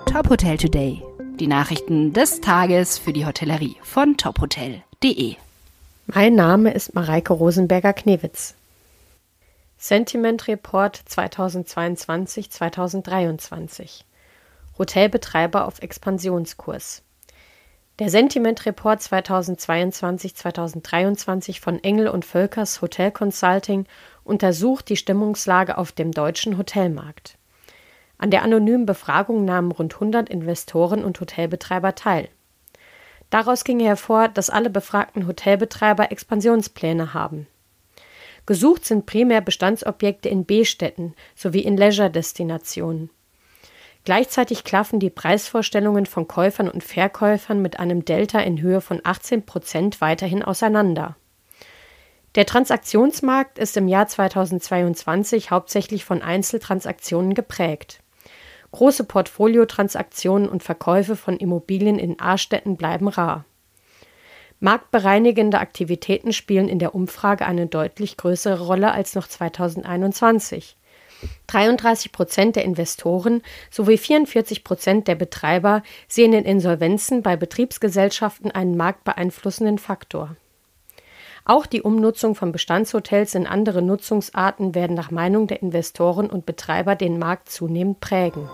Top Hotel Today. Die Nachrichten des Tages für die Hotellerie von tophotel.de. Mein Name ist Mareike Rosenberger-Knewitz. Sentiment Report 2022-2023. Hotelbetreiber auf Expansionskurs. Der Sentiment Report 2022-2023 von Engel & Völkers Hotel Consulting untersucht die Stimmungslage auf dem deutschen Hotelmarkt. An der anonymen Befragung nahmen rund 100 Investoren und Hotelbetreiber teil. Daraus ging hervor, dass alle befragten Hotelbetreiber Expansionspläne haben. Gesucht sind primär Bestandsobjekte in B-Städten sowie in Leisure-Destinationen. Gleichzeitig klaffen die Preisvorstellungen von Käufern und Verkäufern mit einem Delta in Höhe von 18% weiterhin auseinander. Der Transaktionsmarkt ist im Jahr 2022 hauptsächlich von Einzeltransaktionen geprägt. Große Portfoliotransaktionen und Verkäufe von Immobilien in A-Städten bleiben rar. Marktbereinigende Aktivitäten spielen in der Umfrage eine deutlich größere Rolle als noch 2021. 33% der Investoren sowie 44% der Betreiber sehen in Insolvenzen bei Betriebsgesellschaften einen marktbeeinflussenden Faktor. Auch die Umnutzung von Bestandshotels in andere Nutzungsarten werden nach Meinung der Investoren und Betreiber den Markt zunehmend prägen.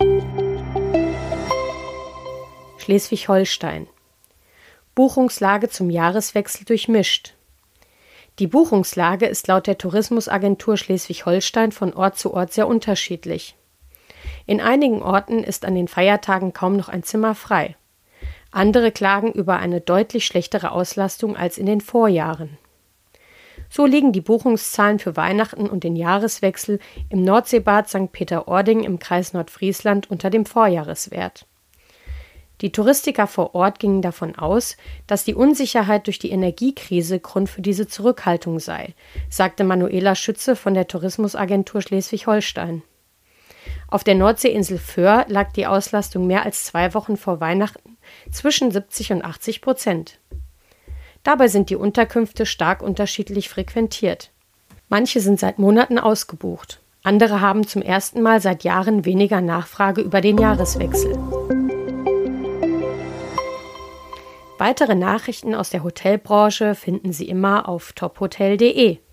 Schleswig-Holstein. Buchungslage zum Jahreswechsel durchmischt. Die Buchungslage ist laut der Tourismusagentur Schleswig-Holstein von Ort zu Ort sehr unterschiedlich. In einigen Orten ist an den Feiertagen kaum noch ein Zimmer frei. Andere klagen über eine deutlich schlechtere Auslastung als in den Vorjahren. So liegen die Buchungszahlen für Weihnachten und den Jahreswechsel im Nordseebad St. Peter-Ording im Kreis Nordfriesland unter dem Vorjahreswert. Die Touristiker vor Ort gingen davon aus, dass die Unsicherheit durch die Energiekrise Grund für diese Zurückhaltung sei, sagte Manuela Schütze von der Tourismusagentur Schleswig-Holstein. Auf der Nordseeinsel Föhr lag die Auslastung mehr als 2 Wochen vor Weihnachten zwischen 70% und 80%. Dabei sind die Unterkünfte stark unterschiedlich frequentiert. Manche sind seit Monaten ausgebucht, andere haben zum ersten Mal seit Jahren weniger Nachfrage über den Jahreswechsel. Weitere Nachrichten aus der Hotelbranche finden Sie immer auf tophotel.de.